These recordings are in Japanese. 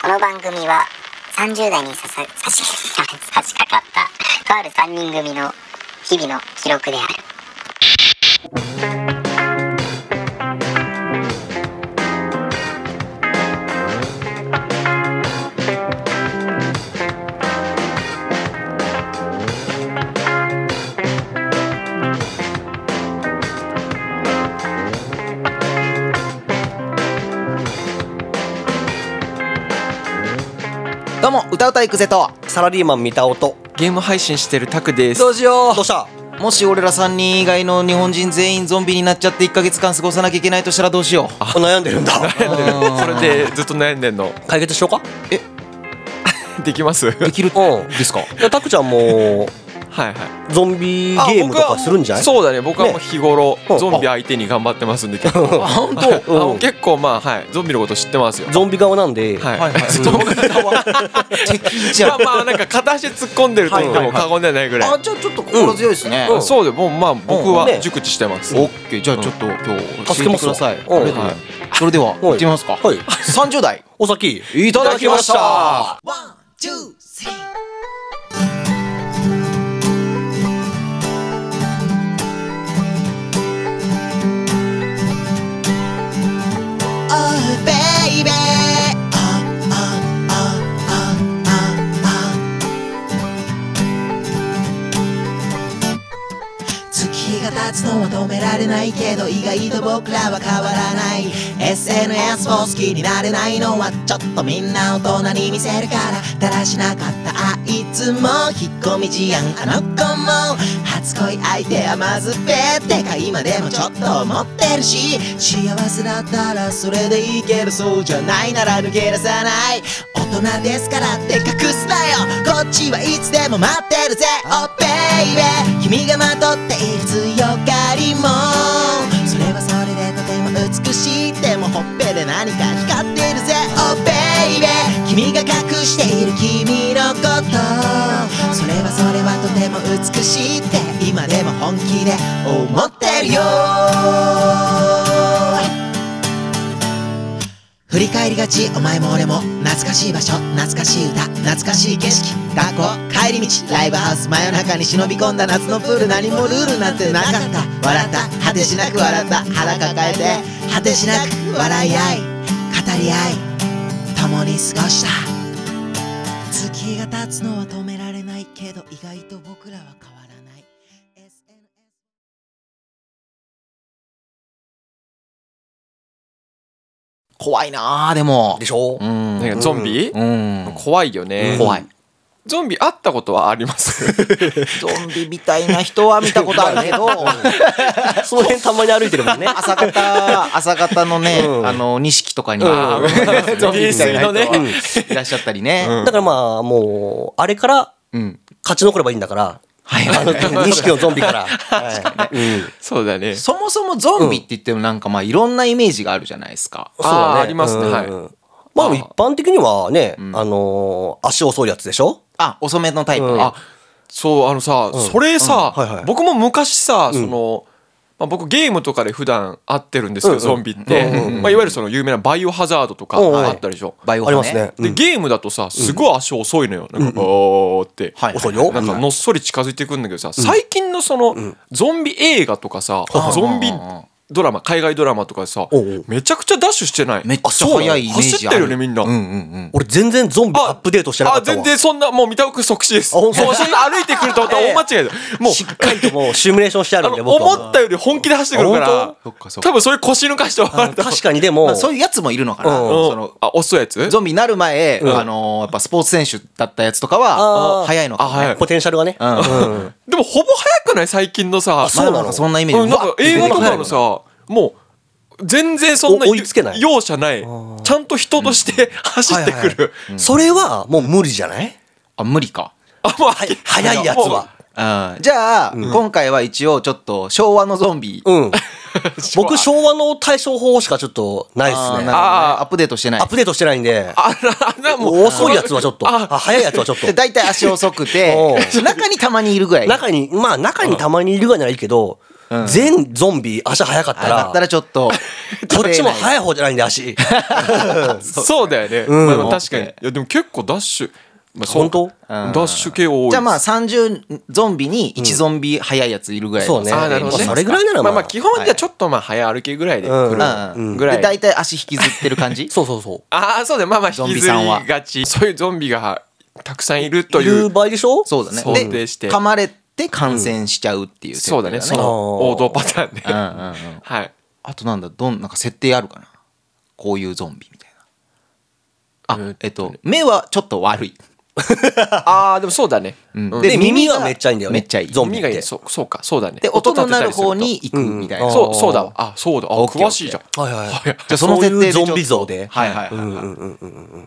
この番組は30代に差し掛かったとある3人組の日々の記録である。 どうも歌うたいくぜとサラリーマン三田尾とゲーム配信してるタクです。 どうしよう。 どうしたもし俺ら3人以外の日本人全員ゾンビになっちゃって1ヶ月間過ごさなきゃいけないとしたらどうしよう。 悩んでるんだそれでずっと悩んでんの。 解決しようか。 できます？ できるうんですか？ いやタクちゃんもはいはい。 ゾンビゲームとかするんじゃない？ そうだね。僕はもう日頃ねゾンビ相手に頑張ってますんで結構。 本当結構まあはいゾンビのこと知ってますよ。 ゾンビ側なんで、 はい。 はいはいゾンビ側敵じゃん。 まあなんか片足突っ込んでると言っても過言ではないぐらい。 あ、じゃあちょっと心強いですね。 そうでもうまあ僕はね熟知してます。 オッケー、じゃあちょっと今日教えてください。 助けますわありがとうございます。それでは行ってみますか。 はい 30代お先いただきました。 月が経つのは止められないけど意外と僕らは変わらない。 SNS を好きになれないのはちょっとみんな大人に見せるから。だらしなかったあいつも引っ込み思案あの子も初恋相手はまずべってか今でもちょっと思ってるし、幸せだったらそれでいいけどそうじゃないなら抜け出さない。大人ですからって隠すなよ、こっちはいつでも待ってるぜ。 Oh baby 君がまとっている強がりもそれはそれでとても美しい。でもほっぺで何か光ってるぜ。 Oh baby 君が隠している君のことそれはとても美しいって今でも本気で思ってるよ。振り返りがちお前も俺も懐かしい場所懐かしい歌懐かしい景色学校帰り道ライブハウス真夜中に忍び込んだ夏のプール何もルールなんてなかった。笑った果てしなく笑った腹抱えて果てしなく笑い合い語り合い共に過ごした。月が経つのは止められないけど意外と僕らは変わらない。 怖いなあ。でもでしょ。 うんなんかゾンビ怖いよね。 怖い。 ゾンビ会ったことはあります？ ゾンビみたいな人は見たことあるけどその辺たまに歩いてるもんね。 朝方のね、錦とかにゾンビみたいな人泥酔のねいらっしゃったりね。 だからまあもうあれからうん。 勝ち残ればいいんだから、錦のゾンビから。 そうだね。 そもそもゾンビって言ってもなんかまあいろんなイメージがあるじゃないですか。 そうだね。 ありますね。はい。 まあ一般的にはね、足遅いやつでしょ。 あ、遅めのタイプね。 あ、そうそれさはいはい僕も昔さまあ僕ゲームとかで普段会ってるんですけどゾンビってまあいわゆるその有名なバイオハザードとかあったでしょ。 バイオハね。 ありますね。 でゲームだとさすごい足遅いのよ。なんかボーってはい。 遅いよ。 なんかのっそり近づいてくんだけどさ最近のそのゾンビ映画とかさゾンビドラマ海外ドラマとかさめちゃくちゃダッシュしてない？ めっちゃ速いイメージ走ってるよねみんな。 俺全然ゾンビアップデートしてなかったわ。 全然そんなもう見たく即死です。そん本当な歩いてくると大間違いだ。もうしっかりともうシミュレーションしてあるんで僕は。 思ったより本気で走ってくるから多分それ腰抜かして終わると。 確かにでもそういうやつもいるのかな。その遅いやつ？ ゾンビになる前やっぱスポーツ選手だったやつとかは速いのかもね。 ポテンシャルがね。 でもほぼ速くない最近のさ。 まあなんかそんなイメージ。 なんか映画とかのさもう全然そんな追いつけない容赦ないちゃんと人として走ってくる。 それはもう無理じゃない？ あ、無理か。 もう速いやつは。 じゃあ今回は一応ちょっと昭和のゾンビ。 僕昭和の対処法しかちょっとないですね。 アップデートしてない。 アップデートしてないんで。 もう遅いやつはちょっと。速いやつはちょっと。 だいたい足遅くて中にたまにいるぐらい。 中にたまにいるぐらいならいいけど、 全ゾンビ足速かっただったら、 らちょっとこっちも速い方じゃないんで足。 そうだよね、 んまあ確かに。いやでも結構ダッシュ、まあ、そう本当？ ダッシュ系多い。 じゃあまあ30ゾンビに1ゾンビ速いやついるぐらいのそうね。 あーなるほどねそれぐらいならまあまあまあ。 基本ではちょっとまあ早歩きぐらいで来るぐらい。 で大体足引きずってる感じそうそうそう。 ああそうだよ、まあまあゾ引きずりンビさんはがち、そういうゾンビがたくさんいるといいるう。 場合でしょ？ そうだね想定してで噛まれて感染しちゃうっていう設定そうだね、その王道パターンで。 うんうんうんはい。 あとなんだなんか設定あるかな、こういうゾンビみたいな。目はちょっと悪い。 ああでもそうだね。 で、耳はめっちゃいいんだよね。 めっちゃいいゾンビって耳がいい。。そうか、そうだね。 で音のなる方音立に行くみたいな。 うんそうだわ。あ、そうだ。あ、 オッケー詳しいじゃん。 はいはい。 じゃあその設定でちょっとそういうゾンビ像で。 はいはいはい。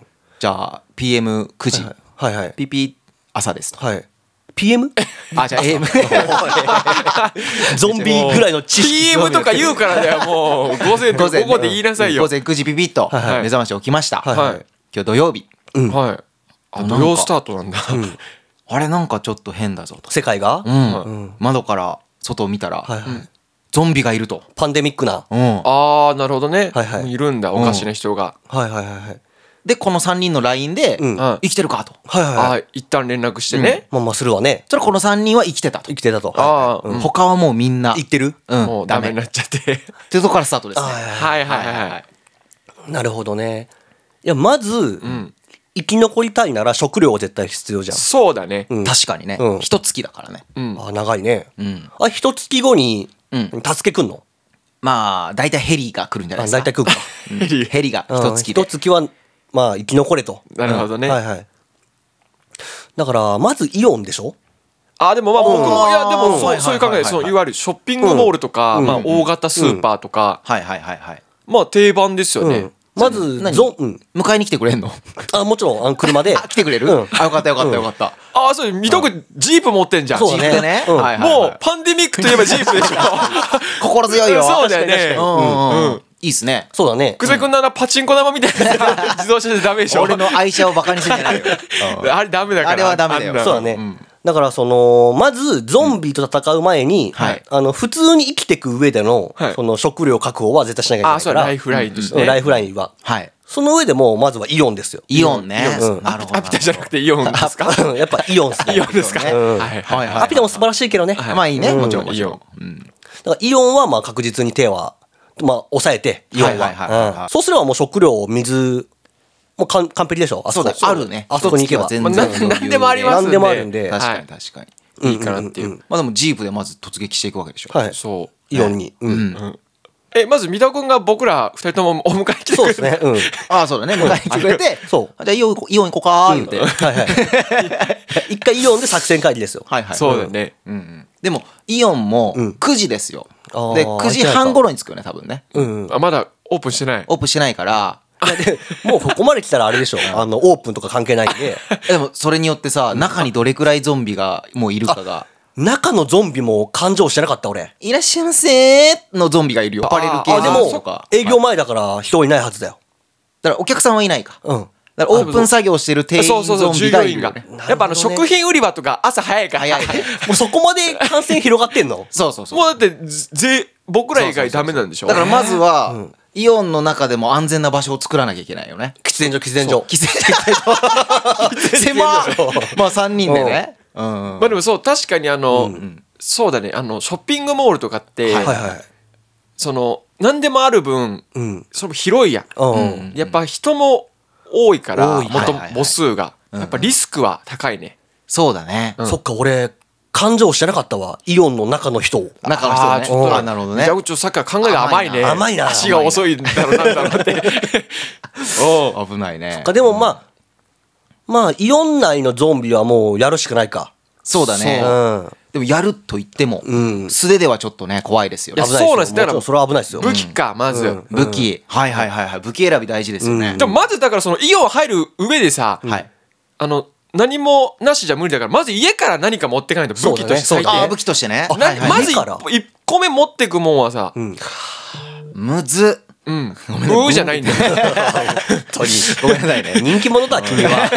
じゃあ PM9 時はいはい。 ピピ朝ですと。 はい。PM？ あじゃあ AM ゾンビぐらいの知識。 PM とか言うからだよ、もう。午前と午後で言いなさいよ。 午前9時ピピッとはい目覚まし起きました。 はいはい。 今日土曜日。 はい。あ、土曜スタートなんだ。 あれなんかちょっと変だぞと。 世界が窓から外を見たらはいはい。 ゾンビがいると。 パンデミックな。 ああ、なるほどね。 はいはいいるんだ、おかしな人が。 はいはいはいはい。 でこの3人の LINE でうん生きてるかと。 はいはいあはい。 あ、一旦連絡してね。 まあまあするわね。 それこの3人は生きてたと生。きてたと。 ああ、 他はもうみんな言ってる？ もうダメになっちゃって。 っていうところからスタートですね。 はいはいはいはい。 なるほどね。いや、まず、 ん生き残りたいなら食料は絶対必要じゃん。 そうだね。 うん確かにねうん一月だからね。 うん。 あ、長いね。 んあ、一月後に、 うん助けくんの？ まあ大体ヘリが来るんじゃないあ、 ですか。 大体来るか。 ヘリがうん一月で。 一月は、まあ、生き残れと。 なるほどね。 はいはい。だから、まずイオンでしょ？ あ、でもまあ僕も、いや、でもはいはいはいはいそういう考え、そう、いわゆるショッピングモールとか、まあ大型スーパーとか、 はいはいはいはい。 まあ定番ですよねうん。。まず、 何うん。 迎えに来てくれんの？ あ、もちろん、車で。 あ来てくれる？ うんあよかったよかったよかった。 ああ、そう、水戸区ジープ持ってんじゃん。 そうだねジープでね。 うんはいはいはいもうパンデミックといえばジープでしょ。 心強いよ。 そうだよね。 うん。いいっすね。 そうだね。 久世君のパチンコ玉みたいな自動車でダメでしょ。 俺の愛車をバカにするんじゃないよ。 あれダメだから。 あれはダメだよあんなそうだね。だから、まず、ゾンビと戦う前に、 はい普通に生きていく上でのはい、 食料確保は絶対しなきゃいけああ、 ないから。 そうライフラインとしてね。 うんライフラインは。 はい。 その上でもう、まずはイオンですよ。 イオンね。 うんなるほど。 アピタじゃなくてイオンですか？ やっぱイオンっすね。 イオンですか？ うんはいはいはいはい。 アピタも素晴らしいけどね。 まあいいね。もちろんもちイオろんン。 だからイオンはまあ確実に手は、まあ抑えて、イオンはいはいはいはいはいは。うんそうすればもう食料、水、もう完璧でしょあそこそうだあるね。 あそこに行けば。 まあ一月は全然なんでもありますんで。 なんでもあるんで確かはいに確かに。 いいかなっていう。 まあでもジープでまず突撃していくわけでしょ。 はい。 そう。 イオンに。うん。 まず三田君が僕ら二人ともお迎え来てくれる。 そうですね。うん。 ああそうだね。迎えに来てくれて。 そう。 じゃあイオン行こうかー言うて。 はいはい。一回イオンで作戦会議ですよ。 はいはい。 そうだよね。 でもイオンもうん 9時ですよ。 あーで9時半頃に着くよね多分ね。 うん。 あ、まだオープンしてない。 オープンしてないから。 でもうここまで来たらあれでしょ。オープンとか関係ないんで。 でもそれによってさ中にどれくらいゾンビがもういるかが。 中のゾンビも感情してなかった俺。 いらっしゃいませーのゾンビがいるよ。アパレル系あ、でのともか。 営業前だから人いないはずだよ。 だからお客さんはいないか。 うん。 だからオープン作業してる店員そうそうそう、 ゾンビ従業員ががいるよね。。 やっぱ食品売り場とか朝早いから。 早いね。 もうそこまで感染広がってんのそうそうそう。 もうだって僕ら以外ダメなんでしょ。 だからまずは、イオンの中でも安全な場所を作らなきゃいけないよね。 喫煙所、喫煙所。 喫煙所。狭っまあ3人でね。うん。 まあでもそう、確かにそうだね、ショッピングモールとかって、 はいはい。 何でもある分、 うん。 その広いやん。 うん。 やっぱ人も多いから、 多い元はいはいはい母数が。やっぱリスクは高いね。 そうだね。 そっか、俺、感情してなかったわ。イオンの中の人を。 中の人ね。 ちょっとあなるほどねじゃ。あ、ちょっとさっきから考えが甘いね。 甘いな足が遅いんだろうなんだろうって。おう危ないね。 でもまあ、イオン内のゾンビはもうやるしかないか。 そうだねう。ん。 でもやると言ってもうん、 素手ではちょっとね、怖いですよねいや。 危ないですよそうなんですだからもちろんそれは危ないですよ。 武器か、まず。 武器。はいはいはいはい。武器選び大事ですよね。 でもまずだからそのイオン入る上でさ、 はい。 何もなしじゃ無理だから、まず家から何か持ってかないと武器として最低。 ああ、武器としてね。 あはいはいまず家から 1個目持ってくもんはさ、 むずっ。 うんブーじゃないんだよ本当にごめんなさいね。 人気者だ君は。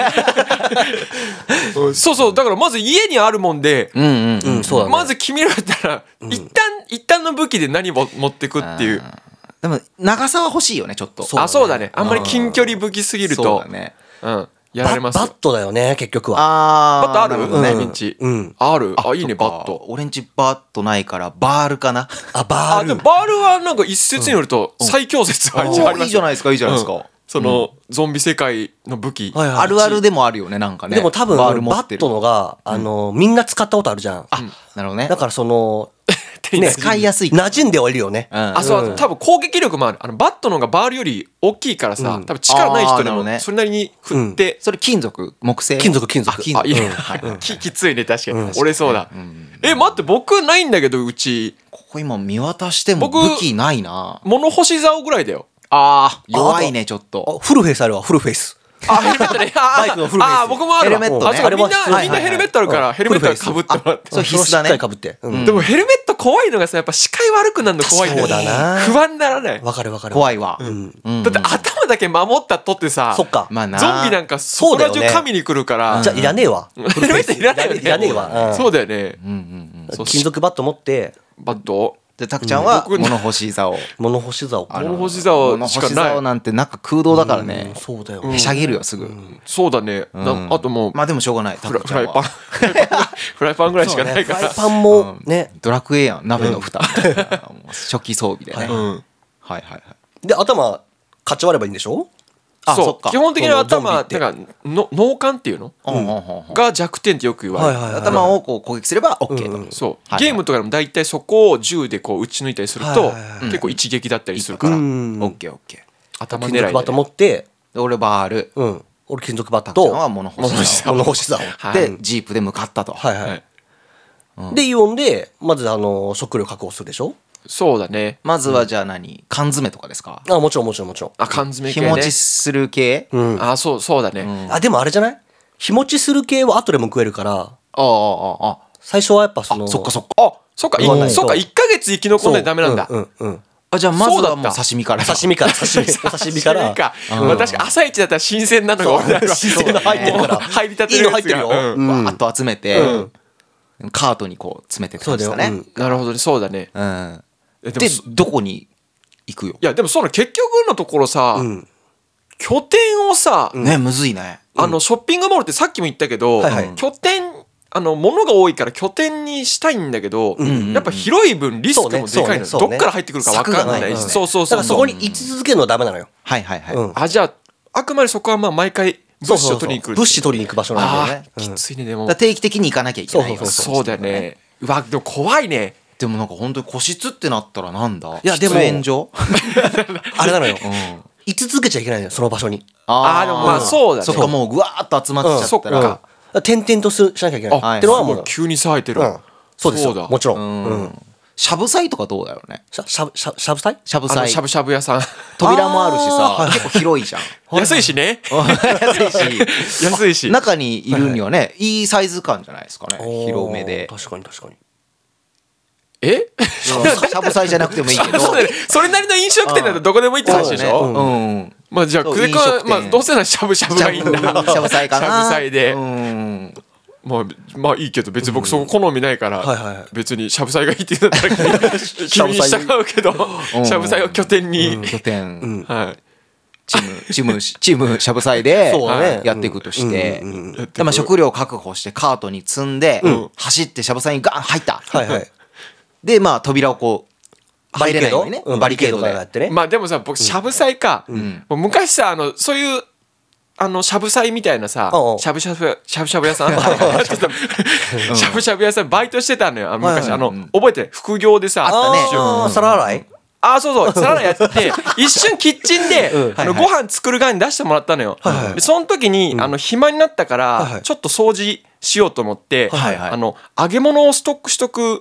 そうそうだからまず家にあるもんでうんうんうん。 そうだね。 まず決められたら一旦の武器で何を持ってくっていうでも長さは欲しいよねちょっと。 そうそうだねあんまり近距離武器すぎるそうとだね。 やられますよバットだよね結局は。 あバットあるなるほどね。 ミンチうん。 あるいいねそっかバット俺んちバットないからバールかな。 でバールもバールはなんか一説によると最強説は一応ありますいいじゃないですかいいじゃないですか。 そのゾンビ世界の武器はいはいあるあるでもあるよねなんかね。 でも多分バールバッ持ってるトのがみんな使ったことあるじゃん。 なるほどね。 だからそのね使いやすい。 馴染んではいるよね。 そう多分攻撃力もあるバットの方がバールより大きいからさ多分力ない人でもあーなるほどねそれなりに振ってそれ金属木製。 金属金属あ金属。 いいねきついね確かに俺そうだ待って僕ないんだけどうちここ今見渡しても僕武器ないな。 物干し竿ぐらいだよ弱いねちょっと。 フルフェイスあるわフルフェイス。 ヘルメットねバイクのフルフェイス僕もあるわヘルメットねそうかみんあれはなヘルメットあるからヘルメットはかぶってもらってそう必須だねしっかり被って。 でもヘルメット怖いのがさやっぱ視界悪くなるの怖いんだよそうだな不安にならないわかるわかる。 怖いわ。 だって頭だけ守ったとってさそっか。 まあな。 ゾンビなんかそこら中噛みに来るからじゃあいらねえわ。 ヘルメットいらないよねいらねえわ。 そうだよねそう金属バット持ってバットでタクちゃんは僕物干し竿。 物干し竿。 物干し竿物干ししかない竿なんて中空洞だからね。 そうだよ。 へしゃげるよすぐ。 そうだねあともうまあでもしょうがない。タクちゃんフライパンはフライパンぐらいしかないかフライらパンもね。 ドラクエやん鍋の蓋みたいな。もう初期装備でね。 うんはいはいはい。 で頭かち割ればいいんでしょ。 そあそっかう基本的に頭なんゾンビってか脳幹っていうのが弱点ってよく言われる頭をこう攻撃すれば OK と。 そうはいはいゲームとかでも大体そこを銃でこう撃ち抜いたりするとはいはいはい結構一撃だったりするからオッケーオッケ頭金属バット狙いで持って。 ー。で俺バール。 俺金属バッタクちゃんはト。 物干し竿。 物干し竿。 はいでジープで向かったと。 はいははいい。でイオンでまず食料確保するでしょ。 そうだねまずはじゃあ何缶詰とかですか。 あもちろんもちろんもちろん。 缶詰系ね日持ちする系。 そうだねあでもあれじゃない。日持ちする系は後でも食えるからああ。 最初はやっぱその。 そっかそっか。 そっか言わないとそっか1ヶ月生き残んないとダメなんだうん。 あじゃあまずはもうそうだった刺身から。 刺身から刺身からそれかまあ確か朝一だったら新鮮なのが俺らは新鮮な入ってるから入りたていいの入ってるよ。 わーっと集めてカートにこう詰めてって感じですかね。 なるほどねそうだねうん。 ででどこに行くよ。 いやでもその結局のところさ拠点をさねむずいね。 ショッピングモールってさっきも言ったけどはいはい拠点物が多いから拠点にしたいんだけどやっぱ広い分リスクもでかいのそうねそうねどっから入ってくるか分かんないしそうそうそうだからそこに居続けるのはダメなのよ。 はいはいはい。 じゃああくまでそこはまあ毎回物資を取りに来る物資取りに行く場所なんだよね。 きついねでもだから定期的に行かなきゃいけないよ。 そうだよねうわでも怖いねでもなんか本当に個室ってなったらなんだ。 いやでも喫煙所。 あれなのよ。居続けちゃいけないのよその場所に。 でもまあそうだねそっかもうぐわーっと集まっちゃったら。 転々としなきゃいけないってのはもう。 急に咲いてるそうですよだもちろん。 しゃぶ菜とかどうだろうね。 しゃぶ菜？ しゃぶ菜。 しゃぶしゃぶ屋さん扉もあるしさ結構広いじゃん。 安いしね安いし。 安いし中にいるにはねいいサイズ感じゃないですかね。広めで。 確かに確かに。 えしゃぶ菜じゃなくてもいいけど。 そうだねそれなりの飲食店だとどこでもいいって話でしょうん。 まあじゃあそう久手君は飲食店まあどうせならしゃぶしゃぶがいいんだしゃぶ菜かな。 しゃぶ菜でうん。 まあいいけど別に僕そこ好みないからはいはいはい別にしゃぶ菜がいいって言うんだったら君に従うけどしゃぶ菜を拠点に拠点。 はいチームしゃぶ菜でそうだねやっていくとして、でまあ食料確保してカートに積んで、走ってしゃぶ菜にガン入った、 はいはい。 でまあ扉をこう入れないようにねバリケードがやってね。 まあでもさ僕しゃぶ菜かもう昔さそういうしゃぶ菜みたいなさしゃぶしゃぶ屋さんちょっとしゃぶしゃぶ屋さんバイトしてたのよ昔覚えてる副業でさ皿洗い？ そう皿洗いやって一瞬キッチンでご飯作る側に出してもらったのよでその時に暇になったからちょっと掃除しようと思って揚げ物をストックしとく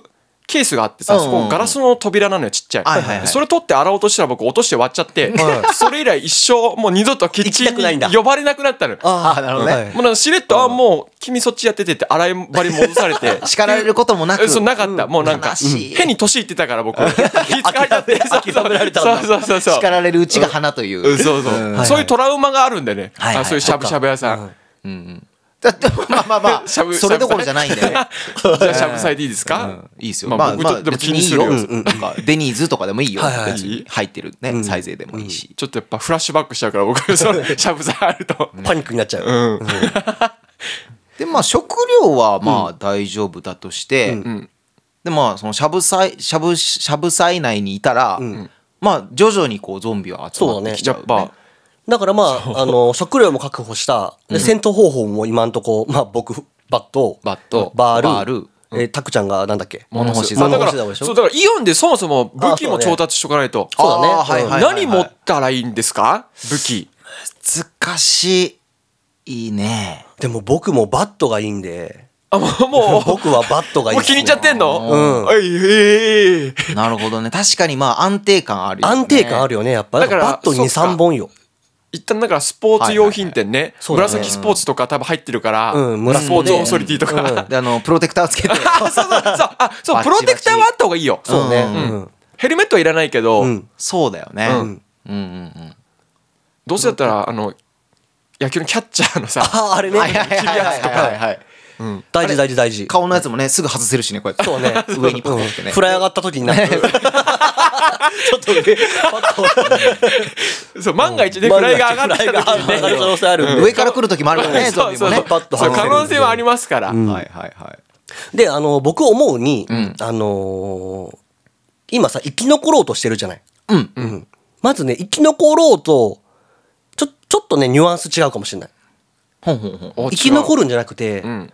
ケースがあってさ、そこガラスの扉なのよ、ちっちゃい、 はいはいはいそれ取って洗おうとしたら僕落として割っちゃって、それ以来一生もう二度とキッチン行きたくないんだに呼ばれなくなったの。 ああなるほどね、 もうなんかしれっと、もう君そっちやっててって洗い場に戻されて叱られることもなくそうなかった、もうなんか悲しい変に年いってたから僕気遣いちゃって諦められたんだそう叱られるうちが花という、 そうそう、そういうトラウマがあるんでね、 はいはいそういうしゃぶしゃぶ屋さん、 だってまあまあまあしゃぶそれどころじゃないんだよねじゃあしゃぶさいでいいですか、 いいですよ。 まあまあまあ僕ちょっとでも別にいいよ。 気にすなんかデニーズとかでもいいよ。 はいはい別に入ってるねサイゼでもいいし。 ちょっとやっぱフラッシュバックしちゃうから僕そのしゃぶさいあるとパニックになっちゃう。 でまあ食料はまあ大丈夫だとして、でまあそのしゃぶ菜内にいたら、まあ徐々にこうゾンビは集まってきちゃう、ね。 やっぱだからまあ、食料も確保した。で、戦闘方法も今んとこ、まあ僕、バット、 バットバール、 バールタクちゃんがなんだっけ物干しまあだから物干しだでしょそうだからイオンでそもそも武器も調達しとかないと、 そうだねあーはいはいはいはい何持ったらいいんですか武器。 難しいね。 でも僕もバットがいいんで、 あもう僕はバットがいいもう気に入っちゃってんの。 うんはいなるほどね。確かにまあ安定感あるよね。 安定感あるよね、やっぱ。 だからバット2、 そっか 3本よ。 一旦だからスポーツ用品店ね、 そうだね紫スポーツとか多分入ってるから、 うんスポーツオーソリティとか、 でプロテクターつけて。 あそうそうそうあそうバチバチプロテクターはあった方がいいよ。 そうね。 うんヘルメットはいらないけど、 うんそうだよね。 うんどうせだったら野球のキャッチャーのさあ、あれね。 はいはいはいはいはいはい。 大事大事大事。 顔のやつもねすぐ外せるしねこうやって。 そうね。 上にパコってね。 フライ上がった時になる。ちょっとね、パッと。 そう万が一ねフライが上がってきた時に上がる可能ね性ある。 上から来る時もあるからねゾンビもね。 パッとそう外せる可能性はありますから、 はいはいはい。 で、僕思うに、今さ、生き残ろうとしてるじゃない。 うんまずね、生き残ろうと、ちょっとね、ニュアンス違うかもしれない。 ほんほんほん。 お生き残るんじゃなくて、 うん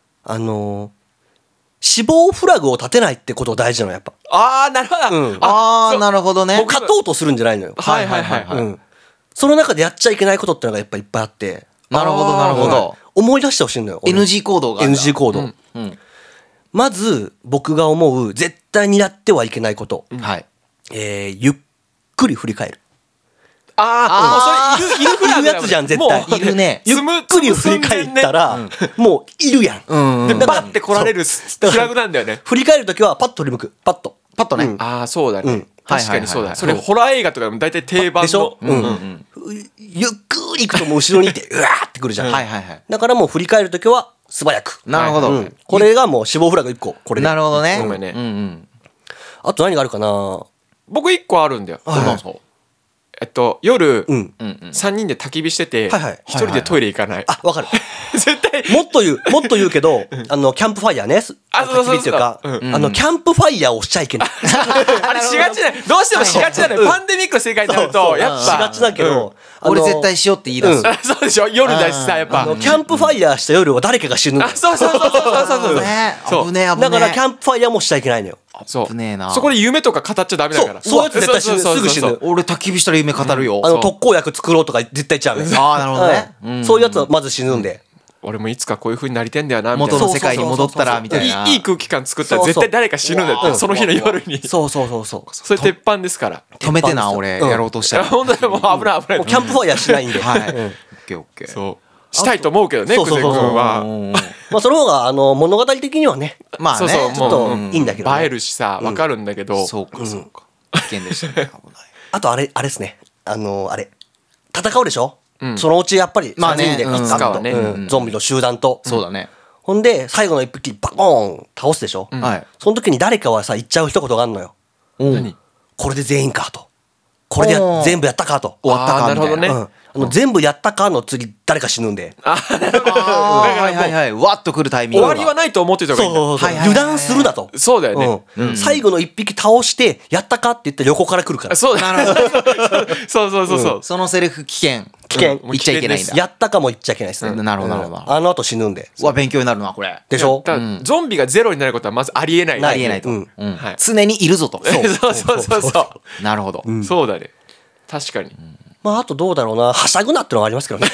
死亡フラグを立てないってことが大事なの、やっぱ。 ああなるほど、 うんああそうなるほどね。 勝とうとするんじゃないのよ。 はいはいはいはい、 うん。その中でやっちゃいけないことってのがやっぱいっぱいあって、 なるほどなるほど。 思い出してほしいのよ。俺 NG 行動があるんだ。 NG 行動。 うんまず、僕が思う、絶対にやってはいけないこと。 はい。 ゆっくり振り返る。 ああもうそれいるフラグだもんいるやつじゃん絶対もういるねゆっくり振り返ったら、もういるやん。 うんうん。 でバッて来られるフラグなんだよね。 振り返るときはパッと振り向く。パッと。 パッとね。 うんああそうだね、 うん確かにそうだ、 はいはいはいはいそれホラー映画とかでも大体定番のでしょうんゆっくり行くともう後ろにいて、うわーってくるじゃん。 はいはいはい。 だからもう振り返るときは素早く。 なるほど。 うんこれがもう死亡フラグ1個。これで。 なるほどね。 ごめんねうんうん。 あと何があるかな。 僕一個あるんだよ、 はいそう夜、 うん。 うんうん。 3人で焚き火してて、 はいはい一人でトイレ行かない、 あ、わかる。 絶対もっと言うけど、キャンプファイヤーね。 そうそうそう焚き火っていうか、 うんキャンプファイヤーをしちゃいけない。 あれしがちだよどうしてもしがちなのよ、パンデミックの世界になるとやっぱしがちだけど、 俺絶対しようって言い出す。 うんそうでしょ夜だしさやっぱキャンプファイヤーした夜は誰かが死ぬの。 あそうそうそうそうそうそうねそう危ねえ危ねえ。 だからキャンプファイヤーもしちゃいけないのよ。 そう危ねえなそこで夢とか語っちゃダメだからそういうやつ絶対死ぬそうそうそうそうすぐ死ぬ俺焚き火したら夢語るよ。 そう特効薬作ろうとか絶対言っちゃうね。 ああなるほどね。 うんそういうやつはまず死ぬんで。 俺もいつかこういう風になりてんだよなみたいな元の世界に戻ったらみたいな。 いい空気感作ったら絶対誰か死ぬんだよそうそうその日の夜にそうそうそうそう。 それ鉄板ですから止めてな俺うんやろうとしたら。 本当にもう危ない危ないもうキャンプファイヤーしないんで。 はい。オうんッケーオッケー。 そうしたいと思うけどねそうそうそうそう久世君はうんまあその方が物語的にはね、 まあね。 そうそうちょっともういいんだけどね。 映えるしさわかるんだけどそうかそうか。危険でしたね。危ない。 あとあれですね。あれ戦うでしょ。 んそのうちやっぱりまあね 3人でうんガッといつかはねうんゾンビの集団と。 そうだね。 ほんで最後の一匹バコーン倒すでしょ。 はい。 その時に誰かはさ言っちゃう一言があるのよ。 何これで全員かと。これでおー全部やったかと。 終わったかあーなるほどねみたいな。 うん全部やったかの次誰か死ぬんで。 ああはいはいはい。わっと来るタイミングが。 終わりはないと思ってたそう方がいいんだそうそう。 はいはいはい油断するなと。 そうだよね最後の一匹倒してやったかって言って横から来るから。 そうだそうそうそうそうそのセリフ危険。 危険言っちゃいけないんだ。 やったかも言っちゃいけないですね。 なるほどなるほど。 あの後死ぬんで。 うわ勉強になるなこれ。 でしょ。 だからゾンビがゼロになることはまずありえないないありえないと。 うんうんはい常にいるぞと。 そうそうそうそうなるほど。 そうだね確かにまああとどうだろうな、はしゃぐなってのがありますけどね。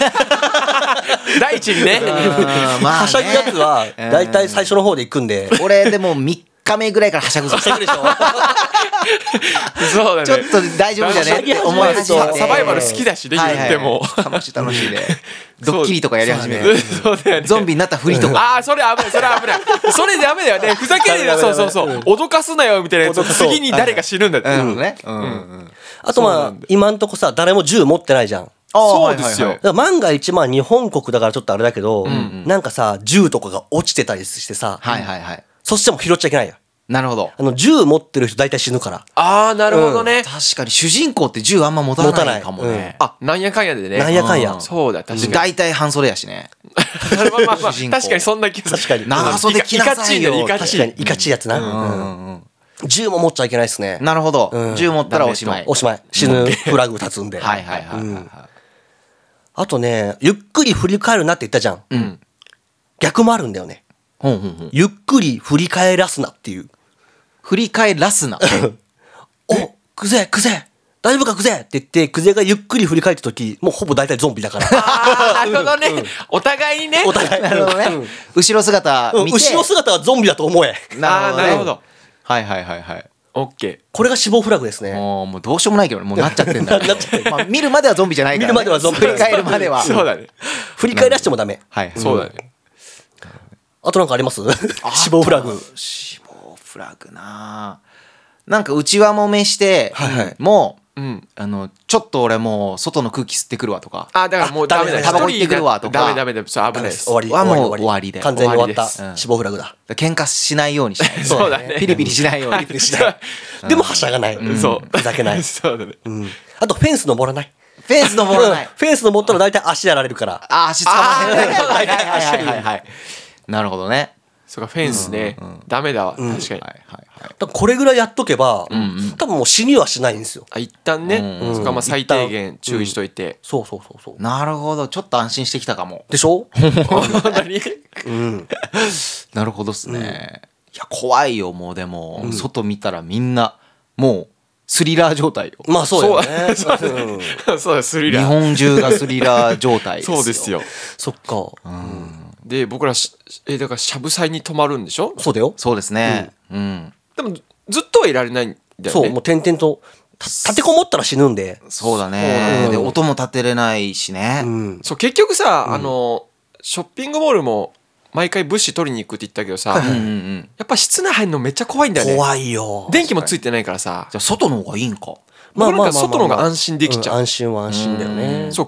第一にねまあねはしゃぐやつは大体最初の方で行くんで。 俺でも3 日目ぐらいからはしゃぐぞ。 してくでしょ。 そうだね。 ちょっと大丈夫じゃねって思い始めて。 サバイバル好きだしね、言っても。 楽しい楽しいで。ドッキリとかやり始める。 そうだよね。 ゾンビになったふりとか。 ああ、それ危ない、それ危ない。それダメだよね。ふざけないよ。そうそうそう。脅かすなよみたいなやつ。次に誰か死ぬんだって。 ね。 あとまあ今んとこさ誰も銃持ってないじゃん。 そうですよ。 だから万が一まあ日本国だからちょっとあれだけど、なんかさ銃とかが落ちてたりしてさ、そしても拾っちゃいけないよ。 なるほど。 銃持ってる人大体死ぬから。 ああ、なるほどね。 確かに主人公って銃あんま持たないかもね。 あ、なんやかんやでね。 なんやかんや。 そうだ、確かに。 大体半袖やしね。 まあ確かにそんな気がする。 確かに。 長袖着なさいよ。 確かにいかちいやつな。銃も持っちゃいけないですね。 なるほど。銃持ったらおしまい。 おしまい。死ぬフラグ立つんで。 はい。 あとね、ゆっくり振り返るなって言ったじゃん。逆もあるんだよね。ゆっくり振り返らすなっていう。 振り返らすな。 お、クゼ大丈夫かクゼって言って、クゼがゆっくり振り返った時、もうほぼ大体ゾンビだから。 なるほどね。お互いにね。 お互い。 なるほどね。後ろ姿見て。 後ろ姿はゾンビだと思え。 なるほど。はい。 オッケー。 これが死亡フラグですね。 もうどうしようもないけどね。もうなっちゃってんだ。見るまではゾンビじゃないから。 見るまではゾンビ。 振り返るまでは。 そうだね。 振り返らしてもダメ。 はい。 そうだね。 あとなんかあります死亡フラグ。 死亡フラグななんか内輪もめして、もう、ちょっと俺もう外の空気吸ってくるわとか。 あ、だからもうダメだ。 タバコ行ってくるわとか。 ダメ。そう危ないです。 終わり。もう終わりで。 完全に終わった死亡フラグだ。 喧嘩しないようにしたい。 そうだね。 ピリピリしないように。 でもはしゃがない。 そう。 ふざけない。 そうだね。 あとフェンス登らない。 フェンス登らない。 フェンス登ったら大体足やられるから。 足つかまない。はい。なるほどね。 そうか、フェンスね。ダメだわ。確かに。 これぐらいやっとけば、多分もう死にはしないんですよ。 一旦ね。そこはまあ最低限注意しといて。 そう。 なるほど。ちょっと安心してきたかも。 でしょなるほどっすね。いや、怖いよ、もうでも。外見たらみんな、もう、スリラー状態よ。 まあそうだよね。 そうだ、スリラー。 日本中がスリラー状態ですよ。 そうですよ。 そっか。 で、僕ら、だから、しゃぶ祭に泊まるんでしょ？ そうだよ。 そうですね。 でも、ずっとはいられないんだよね。 そう、もう点々と。立てこもったら死ぬんで。 そうだね。で、音も立てれないしね。 そう、結局さ、ショッピングモールも、毎回物資取りに行くって言ったけどさ、やっぱ室内入るのめっちゃ怖いんだよね。 怖いよ。 電気もついてないからさ。 じゃあ外の方がいいんか。 まあ外の方が安心できちゃう。 安心は安心だよね。 そう、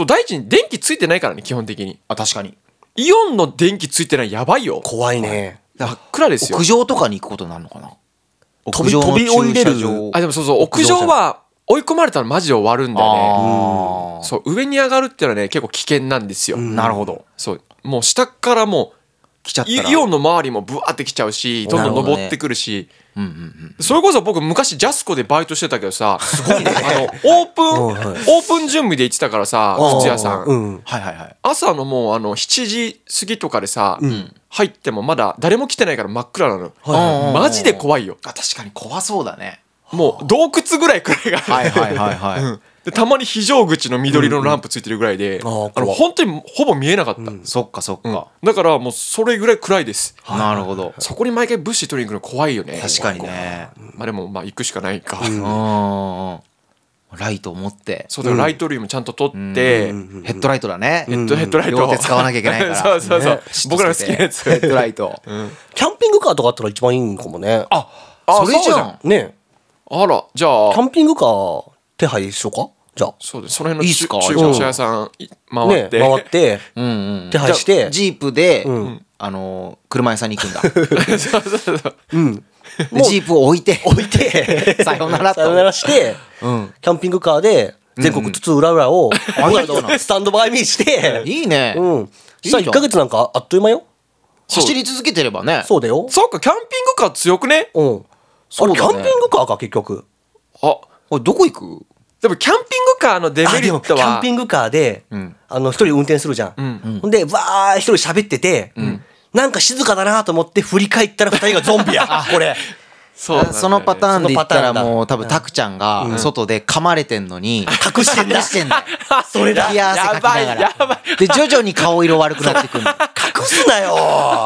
第一に電気ついてないからね、基本的に。 あ、確かに。 イオンの電気ついてないやばいよ。 怖いね。 真っ暗ですよ。 屋上とかに行くことになるのかな。 飛び降りれる。 あ、でもそう、屋上は追い込まれたらマジで終わるんだよね。そう、上に上がるっていうのはね、結構危険なんですよ。 なるほど。 そう、もう下からもう、 来ちゃったらイオンの周りもブワーって来ちゃうし、どんどん登ってくるし、それこそ僕昔ジャスコでバイトしてたけどさ、すごいね。オープン準備で行ってたからさ、靴屋さん。朝のもう7時過ぎとかでさ、入ってもまだ誰も来てないから真っ暗なの。マジで怖いよ。 あ、確かに怖そうだね。 もう洞窟ぐらい暗いがある。でたまに非常口の緑色のランプついてるぐらいで、本当にほぼ見えなかった。 そっか。 だからもうそれぐらい暗いです。 なるほど。 そこに毎回物資取りに行くの怖いよね。 確かにね。 まあでもまあ行くしかないか。 ライトを持って。 そうだ、ライト類もちゃんと取って、 ヘッドライトだね。 ヘッドライト両手使わなきゃいけないから。 そう僕らの好きなやつ。 ヘッドライト。 キャンピングカーとかあったら一番いいんかもね。 あ、それじゃん。 ね。 あら、じゃあキャンピングカー手配しようか。じゃあそうです。その辺の中古車屋さん回って手配してジープで車屋さんに行くんだ。ジープを置いてさよならしてキャンピングカーで全国津々浦々をスタンドバイミーしていいね。 したら1ヶ月なんかあっという間よ。 走り続けてればね。 そうだよ。 そうか、キャンピングカー強くね。 そうキャンピングカーか結局。 あ、これどこ行く？ でもキャンピングカーのデメリットは、 キャンピングカーで一人運転するじゃん。ほんでわー一人喋ってて、なんか静かだなと思って振り返ったら2人がゾンビや。これそのパターンで言ったらもう多分タクちゃんが外で噛まれてんのに隠してんだ。 それだ。冷や汗かきながらで徐々に顔色悪くなってくる。 隠すなよ。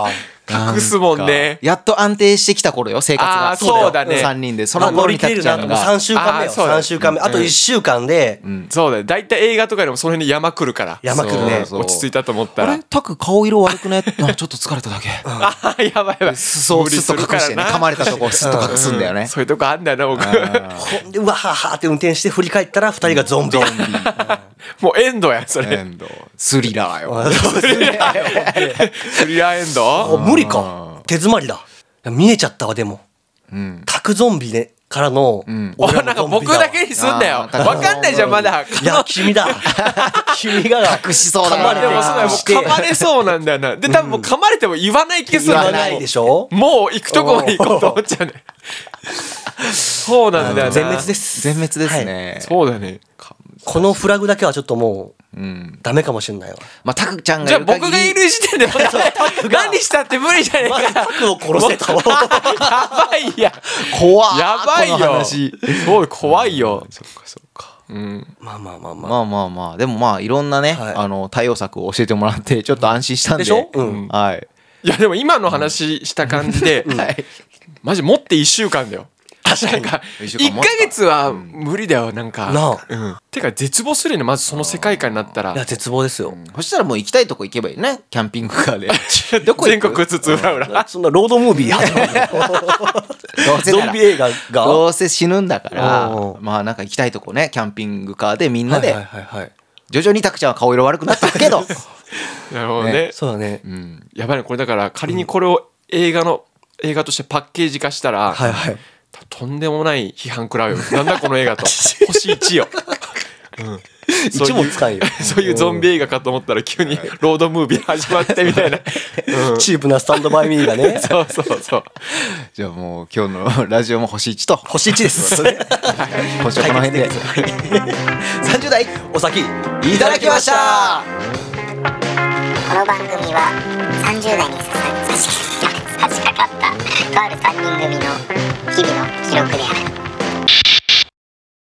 隠すもんね。 やっと安定してきた頃よ、生活が。 そうだね。 3人で。そ乗の頃にり切れるな。もうたくちゃんが。 3週間目よ。3週間目。あと1週間で、 そうだね。だいたい映画とかでもその辺に山来るから。 山来るね。 そう落ち着いたと思ったら。 あれタク顔色悪くねちょっと疲れただけ。 やばいやばい。 裾をスッと隠してね。噛まれたとこをスッと隠すんだよね。 そういうとこあんだよな、僕。 ほんで、うわははって運転して振り返ったら2人がゾンビ。 もうエンドやん、それ。 エンド。スリラーよ。 スリラーエンド無理か。手詰まりだ。見えちゃったわ、でも。タクゾンビねからの、 俺なんか僕だけにすんだよ。わかんないじゃん、まだ。 いや、君だ。君が隠しそうだ噛まれてでもそうだよ、もう噛まれそうなんだよな。で、多分もう噛まれても言わない気がするんだよ。 言わないでしょ。 もう行くとこまで行こうと思っちゃうね。そうなんだよな。 全滅です。 全滅ですね。 そうだね。 このフラグだけはちょっともう、ダメかもしれないわ。 まあ、タクちゃんがじゃあいる限り僕がいる時点で何したって無理じゃねえまずタか。 クを殺せと。 やばいや。 怖っやばいよ。 この話。 そう怖いよ。そっかそっか。 まあまあまあまあ。 まあまあまあ、でもまあ、いろんなね、 はい対応策を教えてもらって、ちょっと安心したんで。 でしょうん。 はい。 いやでも今の話した感じで、マジ持って1週間だよ。なんか1ヶ月は無理だよ、なんか。 なあ。てか絶望するよね、まずその世界観になったら。 いや、絶望ですよ。 そしたらもう行きたいとこ行けばいいね。キャンピングカーで。 全国津々浦々。 そんなロードムービーやゾンビ映画が。 どうせ死ぬんだからう、 まあなんか行きたいとこね、キャンピングカーでみんなで、 はいはい。 徐々にタクちゃんは顔色悪くなったけど、 なるほどね。 そうだね。 やばいね、これだから仮にこれを映画としてパッケージ化したら、 はいはい。 とんでもない批判食らうよ。なんだこの映画と。星1よ。 一も使えよ。 そういうゾンビ映画かと思ったら急にロードムービー始まってみたいな。 チープなスタンドバイミーがね。 そうそうそう。 じゃあもう今日のラジオも星1と、 星1です。 今週はこの辺で、30代お先。 いただきましたこの番組は30代に差し掛かったとある3人組の日々の記録である。